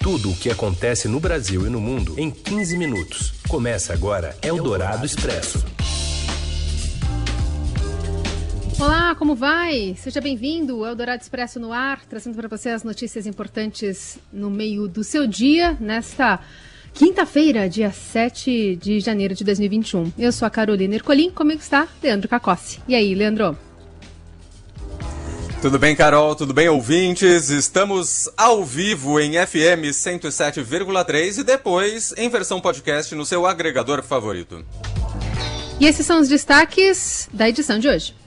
Tudo o que acontece no Brasil e no mundo em 15 minutos. Começa agora Eldorado Expresso. Olá, como vai? Seja bem-vindo ao Eldorado Expresso no ar, trazendo para você as notícias importantes no meio do seu dia, nesta quinta-feira, dia 7 de janeiro de 2021. Eu sou a Carolina Ercolim, comigo está Leandro Cacossi. E aí, Leandro? Tudo bem, Carol? Tudo bem, ouvintes? Estamos ao vivo em FM 107,3 e depois em versão podcast no seu agregador favorito. E esses são os destaques da edição de hoje.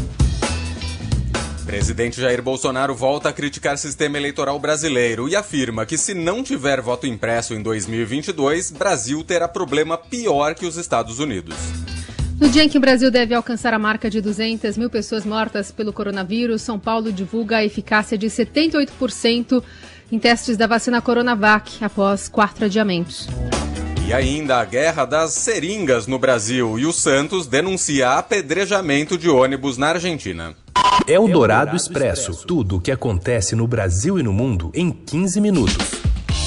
Presidente Jair Bolsonaro volta a criticar o sistema eleitoral brasileiro e afirma que se não tiver voto impresso em 2022, Brasil terá problema pior que os Estados Unidos. No dia em que o Brasil deve alcançar a marca de 200 mil pessoas mortas pelo coronavírus, São Paulo divulga a eficácia de 78% em testes da vacina Coronavac, após 4 adiamentos. E ainda a guerra das seringas no Brasil e o Santos denuncia apedrejamento de ônibus na Argentina. Eldorado Expresso. Tudo o que acontece no Brasil e no mundo em 15 minutos.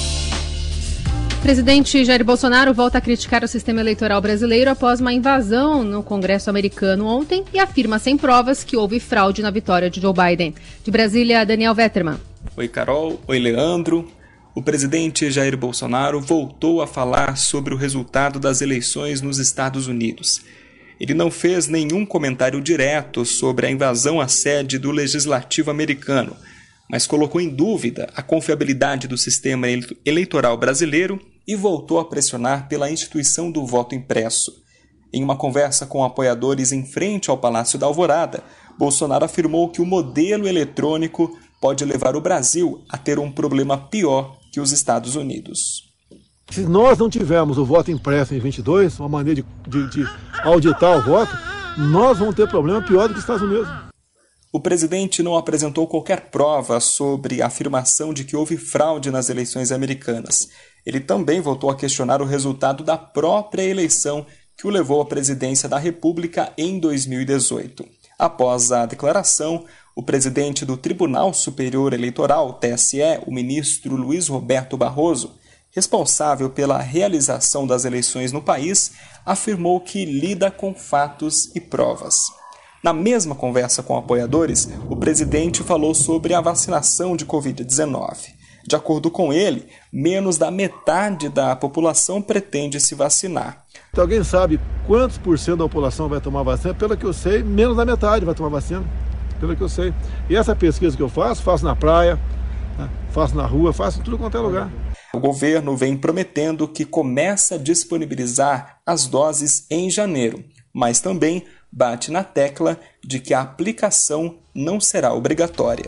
Presidente Jair Bolsonaro volta a criticar o sistema eleitoral brasileiro após uma invasão no Congresso americano ontem e afirma sem provas que houve fraude na vitória de Joe Biden. De Brasília, Daniel Vetterman. Oi, Carol. Oi, Leandro. O presidente Jair Bolsonaro voltou a falar sobre o resultado das eleições nos Estados Unidos. Ele não fez nenhum comentário direto sobre a invasão à sede do Legislativo americano, mas colocou em dúvida a confiabilidade do sistema eleitoral brasileiro e voltou a pressionar pela instituição do voto impresso. Em uma conversa com apoiadores em frente ao Palácio da Alvorada, Bolsonaro afirmou que o modelo eletrônico pode levar o Brasil a ter um problema pior que os Estados Unidos. Se nós não tivermos o voto impresso em 22, uma maneira de auditar o voto, nós vamos ter problema pior do que os Estados Unidos. O presidente não apresentou qualquer prova sobre a afirmação de que houve fraude nas eleições americanas. Ele também voltou a questionar o resultado da própria eleição que o levou à presidência da República em 2018. Após a declaração, o presidente do Tribunal Superior Eleitoral, TSE, o ministro Luiz Roberto Barroso, responsável pela realização das eleições no país, afirmou que lida com fatos e provas. Na mesma conversa com apoiadores, o presidente falou sobre a vacinação de Covid-19. De acordo com ele, menos da metade da população pretende se vacinar. Então, alguém sabe quantos por cento da população vai tomar vacina? Pelo que eu sei, menos da metade vai tomar vacina. Pelo que eu sei. E essa pesquisa que eu faço na praia, faço na rua, faço em tudo quanto é lugar. O governo vem prometendo que começa a disponibilizar as doses em janeiro, mas também bate na tecla de que a aplicação não será obrigatória.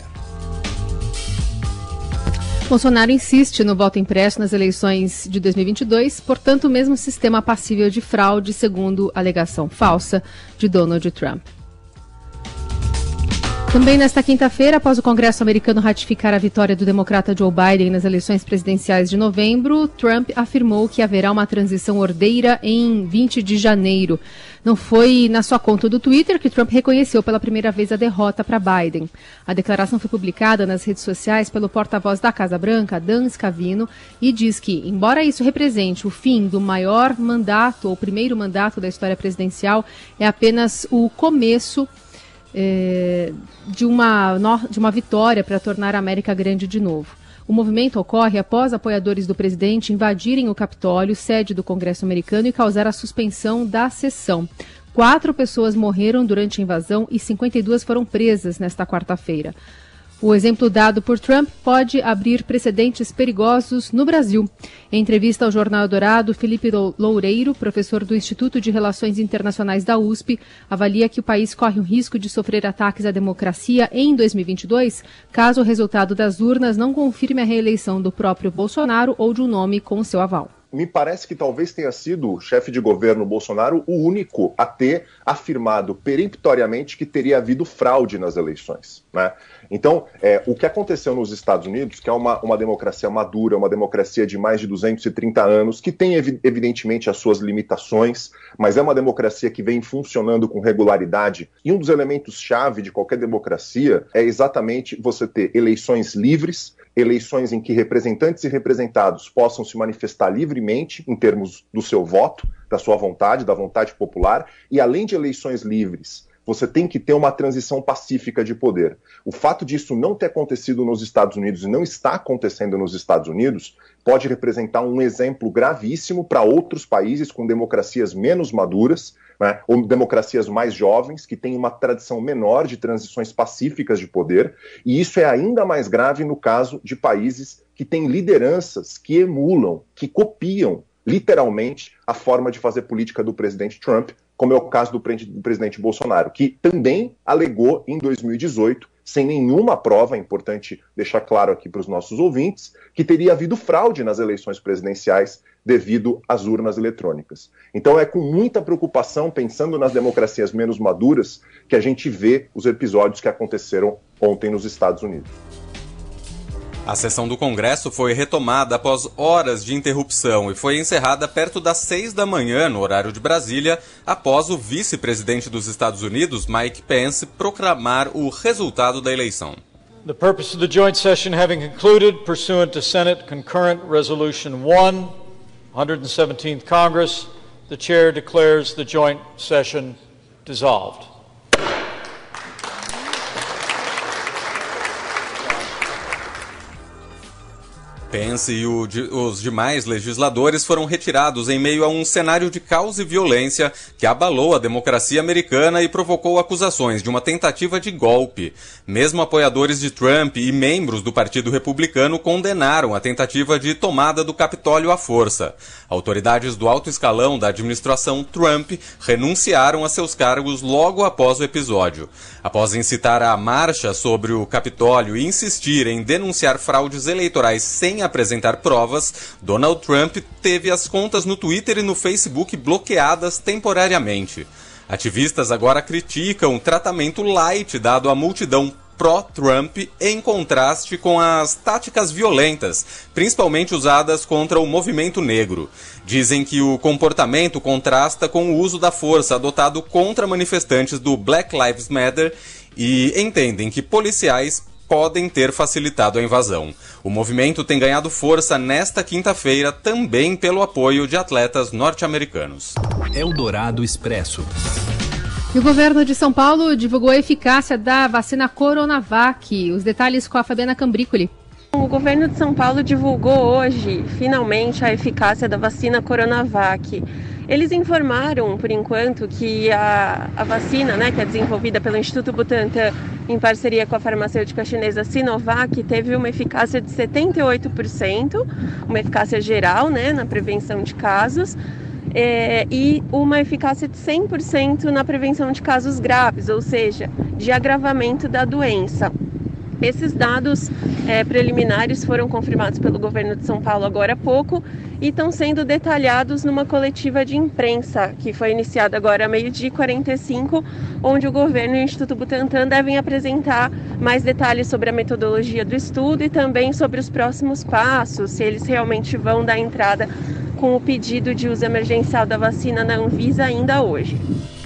Bolsonaro insiste no voto impresso nas eleições de 2022, portanto, o mesmo sistema passível de fraude, segundo a alegação falsa de Donald Trump. Também nesta quinta-feira, após o Congresso americano ratificar a vitória do democrata Joe Biden nas eleições presidenciais de novembro, Trump afirmou que haverá uma transição ordeira em 20 de janeiro. Não foi na sua conta do Twitter que Trump reconheceu pela primeira vez a derrota para Biden. A declaração foi publicada nas redes sociais pelo porta-voz da Casa Branca, Dan Scavino, e diz que, embora isso represente o fim do maior mandato, ou primeiro mandato da história presidencial, é apenas o começo de uma vitória para tornar a América grande de novo. O movimento ocorre após apoiadores do presidente invadirem o Capitólio, sede do Congresso americano, e causar a suspensão da sessão. 4 pessoas morreram durante a invasão e 52 foram presas nesta quarta-feira. O exemplo dado por Trump pode abrir precedentes perigosos no Brasil. Em entrevista ao Jornal Dourado, Felipe Loureiro, professor do Instituto de Relações Internacionais da USP, avalia que o país corre o risco de sofrer ataques à democracia em 2022, caso o resultado das urnas não confirme a reeleição do próprio Bolsonaro ou de um nome com seu aval. Me parece que talvez tenha sido o chefe de governo Bolsonaro o único a ter afirmado peremptoriamente que teria havido fraude nas eleições, né? Então, o que aconteceu nos Estados Unidos, que é uma democracia madura, uma democracia de mais de 230 anos, que tem evidentemente as suas limitações, mas é uma democracia que vem funcionando com regularidade. E um dos elementos-chave de qualquer democracia é exatamente você ter eleições livres, eleições em que representantes e representados possam se manifestar livremente em termos do seu voto, da sua vontade, da vontade popular, e além de eleições livres, você tem que ter uma transição pacífica de poder. O fato disso não ter acontecido nos Estados Unidos e não está acontecendo nos Estados Unidos pode representar um exemplo gravíssimo para outros países com democracias menos maduras, né, ou democracias mais jovens, que têm uma tradição menor de transições pacíficas de poder, e isso é ainda mais grave no caso de países que têm lideranças que emulam, que copiam, literalmente, a forma de fazer política do presidente Trump, como é o caso do presidente Bolsonaro, que também alegou em 2018, sem nenhuma prova, é importante deixar claro aqui para os nossos ouvintes, que teria havido fraude nas eleições presidenciais devido às urnas eletrônicas. Então é com muita preocupação, pensando nas democracias menos maduras, que a gente vê os episódios que aconteceram ontem nos Estados Unidos. A sessão do Congresso foi retomada após horas de interrupção e foi encerrada perto das 6 da manhã, no horário de Brasília, após o vice-presidente dos Estados Unidos, Mike Pence, proclamar o resultado da eleição. The purpose of the joint session having concluded, pursuant to Senate Concurrent Resolution 1, 117th Congress, the chair declares the joint session dissolved. Pence e os demais legisladores foram retirados em meio a um cenário de caos e violência que abalou a democracia americana e provocou acusações de uma tentativa de golpe. Mesmo apoiadores de Trump e membros do Partido Republicano condenaram a tentativa de tomada do Capitólio à força. Autoridades do alto escalão da administração Trump renunciaram a seus cargos logo após o episódio. Após incitar a marcha sobre o Capitólio e insistir em denunciar fraudes eleitorais sem apresentar provas, Donald Trump teve as contas no Twitter e no Facebook bloqueadas temporariamente. Ativistas agora criticam o tratamento light dado à multidão pró-Trump em contraste com as táticas violentas, principalmente usadas contra o movimento negro. Dizem que o comportamento contrasta com o uso da força adotado contra manifestantes do Black Lives Matter e entendem que policiais podem ter facilitado a invasão. O movimento tem ganhado força nesta quinta-feira também pelo apoio de atletas norte-americanos. Eldorado Expresso. E o governo de São Paulo divulgou a eficácia da vacina Coronavac. Os detalhes com a Fabiana Cambrícoli. O governo de São Paulo divulgou hoje, finalmente, a eficácia da vacina Coronavac. Eles informaram, por enquanto, que a vacina, que é desenvolvida pelo Instituto Butantan em parceria com a farmacêutica chinesa Sinovac, teve uma eficácia de 78%, uma eficácia geral, na prevenção de casos, e uma eficácia de 100% na prevenção de casos graves, ou seja, de agravamento da doença. Esses dados preliminares foram confirmados pelo governo de São Paulo agora há pouco e estão sendo detalhados numa coletiva de imprensa que foi iniciada agora a 12h45, onde o governo e o Instituto Butantan devem apresentar mais detalhes sobre a metodologia do estudo e também sobre os próximos passos, se eles realmente vão dar entrada com o pedido de uso emergencial da vacina na Anvisa ainda hoje.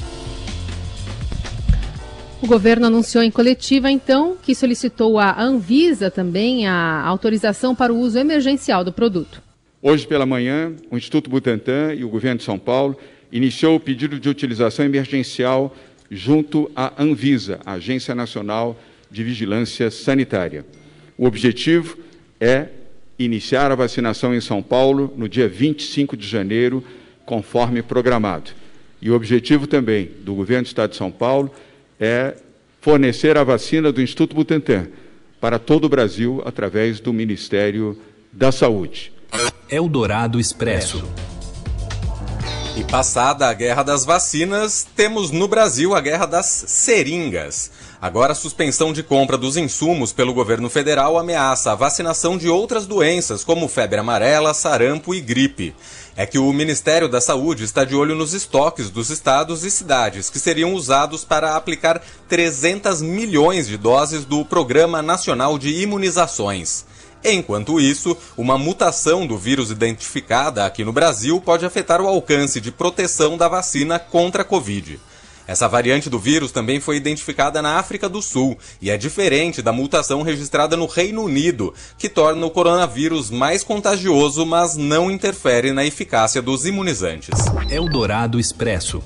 O governo anunciou em coletiva, então, que solicitou à Anvisa também a autorização para o uso emergencial do produto. Hoje pela manhã, o Instituto Butantan e o governo de São Paulo iniciou o pedido de utilização emergencial junto à Anvisa, a Agência Nacional de Vigilância Sanitária. O objetivo é iniciar a vacinação em São Paulo no dia 25 de janeiro, conforme programado. E o objetivo também do governo do Estado de São Paulo é fornecer a vacina do Instituto Butantan para todo o Brasil através do Ministério da Saúde. Eldorado Expresso. E passada a guerra das vacinas, temos no Brasil a guerra das seringas. Agora a suspensão de compra dos insumos pelo governo federal ameaça a vacinação de outras doenças, como febre amarela, sarampo e gripe. É que o Ministério da Saúde está de olho nos estoques dos estados e cidades que seriam usados para aplicar 300 milhões de doses do Programa Nacional de Imunizações. Enquanto isso, uma mutação do vírus identificada aqui no Brasil pode afetar o alcance de proteção da vacina contra a Covid. Essa variante do vírus também foi identificada na África do Sul e é diferente da mutação registrada no Reino Unido, que torna o coronavírus mais contagioso, mas não interfere na eficácia dos imunizantes. Eldorado Expresso.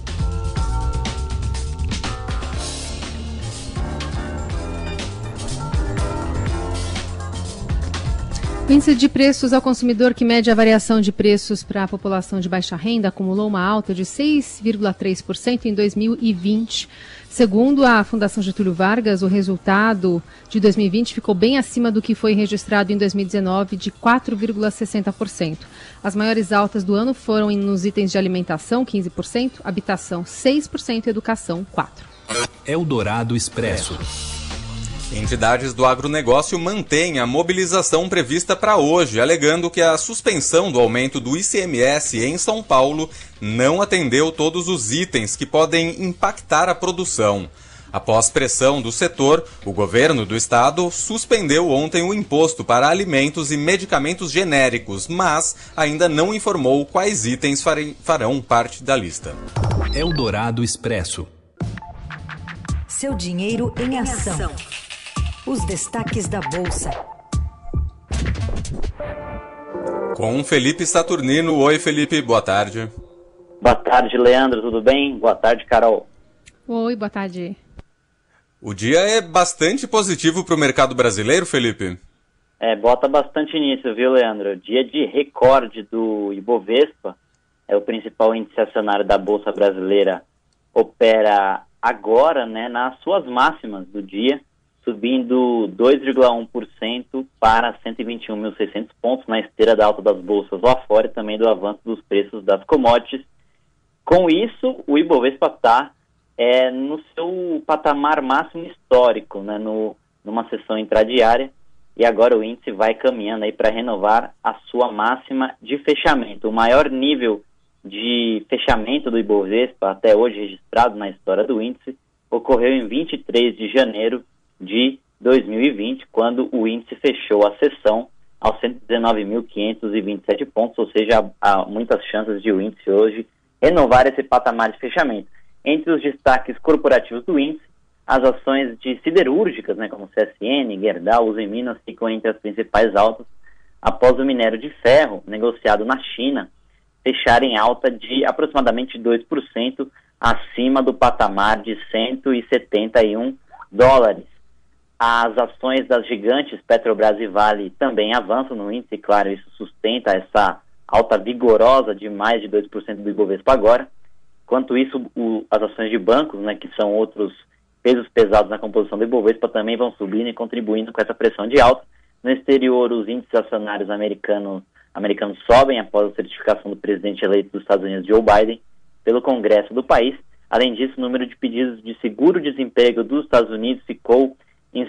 O índice de preços ao consumidor, que mede a variação de preços para a população de baixa renda, acumulou uma alta de 6,3% em 2020. Segundo a Fundação Getúlio Vargas, o resultado de 2020 ficou bem acima do que foi registrado em 2019, de 4,60%. As maiores altas do ano foram nos itens de alimentação, 15%, habitação, 6% e educação, 4%. Eldorado Expresso. Entidades do agronegócio mantêm a mobilização prevista para hoje, alegando que a suspensão do aumento do ICMS em São Paulo não atendeu todos os itens que podem impactar a produção. Após pressão do setor, o governo do estado suspendeu ontem o imposto para alimentos e medicamentos genéricos, mas ainda não informou quais itens farão parte da lista. Eldorado Expresso. Seu dinheiro em ação. Os destaques da Bolsa. Com Felipe Saturnino. Oi, Felipe, boa tarde. Boa tarde, Leandro, tudo bem? Boa tarde, Carol. Oi, boa tarde. O dia é bastante positivo para o mercado brasileiro, Felipe? Bota bastante nisso, viu, Leandro? Dia de recorde do Ibovespa, é o principal índice acionário da Bolsa Brasileira, opera agora, né, nas suas máximas do dia, subindo 2,1% para 121.600 pontos, na esteira da alta das bolsas lá fora e também do avanço dos preços das commodities. Com isso, o Ibovespa está no seu patamar máximo histórico, né, numa sessão intradiária, e agora o índice vai caminhando aí para renovar a sua máxima de fechamento. O maior nível de fechamento do Ibovespa até hoje registrado na história do índice ocorreu em 23 de janeiro de 2020, quando o índice fechou a sessão aos 119.527 pontos, ou seja, há muitas chances de o índice hoje renovar esse patamar de fechamento. Entre os destaques corporativos do índice, as ações de siderúrgicas, né, como CSN, Gerdau, Usiminas, ficam entre as principais altas, após o minério de ferro, negociado na China, fechar em alta de aproximadamente 2% acima do patamar de $171. As ações das gigantes Petrobras e Vale também avançam no índice, claro, isso sustenta essa alta vigorosa de mais de 2% do Ibovespa agora. Enquanto isso, as ações de bancos, né, que são outros pesos pesados na composição do Ibovespa, também vão subindo e contribuindo com essa pressão de alta. No exterior, os índices acionários americanos sobem após a certificação do presidente eleito dos Estados Unidos, Joe Biden, pelo Congresso do país. Além disso, o número de pedidos de seguro-desemprego dos Estados Unidos ficou em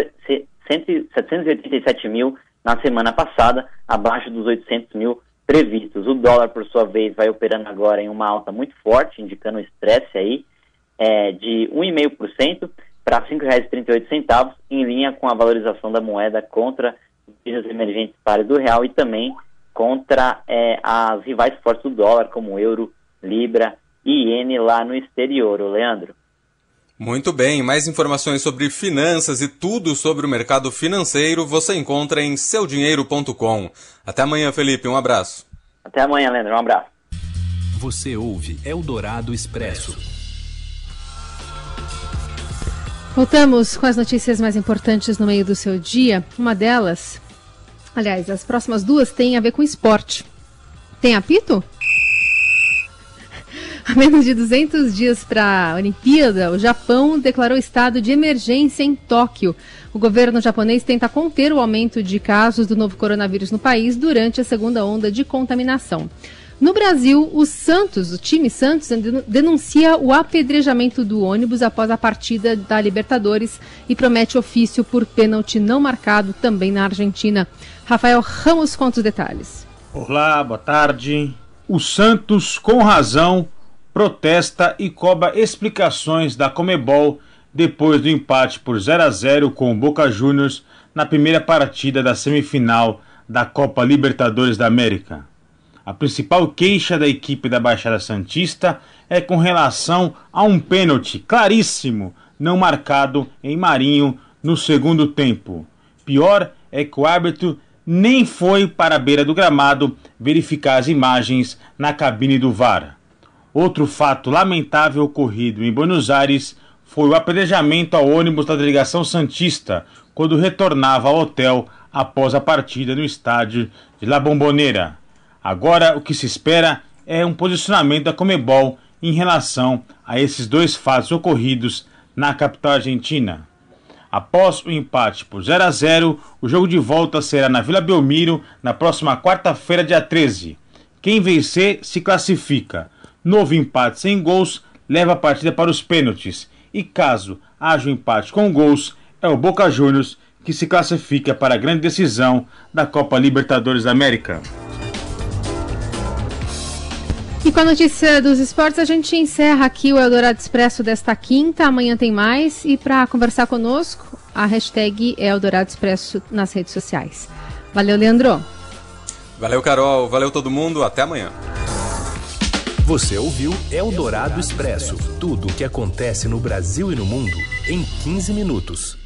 787 mil na semana passada, abaixo dos 800 mil previstos. O dólar, por sua vez, vai operando agora em uma alta muito forte, indicando um estresse aí de 1,5% para R$ 5,38, em linha com a valorização da moeda contra os países emergentes pares do real e também contra as rivais fortes do dólar, como euro, libra e iene lá no exterior, Leandro. Muito bem, mais informações sobre finanças e tudo sobre o mercado financeiro você encontra em seudinheiro.com. Até amanhã, Felipe, um abraço. Até amanhã, Leandro, um abraço. Você ouve Eldorado Expresso. Voltamos com as notícias mais importantes no meio do seu dia. Uma delas, aliás, as próximas duas têm a ver com esporte. Tem apito? A menos de 200 dias para a Olimpíada, o Japão declarou estado de emergência em Tóquio. O governo japonês tenta conter o aumento de casos do novo coronavírus no país durante a segunda onda de contaminação. No Brasil, o time Santos, denuncia o apedrejamento do ônibus após a partida da Libertadores e promete ofício por pênalti não marcado também na Argentina. Rafael Ramos conta os detalhes. Olá, boa tarde. O Santos, com razão, protesta e cobra explicações da Conmebol depois do empate por 0-0 com o Boca Juniors na primeira partida da semifinal da Copa Libertadores da América. A principal queixa da equipe da Baixada Santista é com relação a um pênalti claríssimo não marcado em Marinho no segundo tempo. Pior é que o árbitro nem foi para a beira do gramado verificar as imagens na cabine do VAR. Outro fato lamentável ocorrido em Buenos Aires foi o apedrejamento ao ônibus da delegação santista quando retornava ao hotel após a partida no estádio de La Bombonera. Agora o que se espera é um posicionamento da Conmebol em relação a esses dois fatos ocorridos na capital argentina. Após o empate por 0-0, o jogo de volta será na Vila Belmiro na próxima quarta-feira, dia 13. Quem vencer se classifica. Novo empate sem gols leva a partida para os pênaltis. E caso haja um empate com gols, é o Boca Juniors que se classifica para a grande decisão da Copa Libertadores da América. E com a notícia dos esportes, a gente encerra aqui o Eldorado Expresso desta quinta. Amanhã tem mais. E para conversar conosco, a hashtag é Eldorado Expresso nas redes sociais. Valeu, Leandro. Valeu, Carol. Valeu todo mundo. Até amanhã. Você ouviu Eldorado Expresso. Tudo o que acontece no Brasil e no mundo em 15 minutos.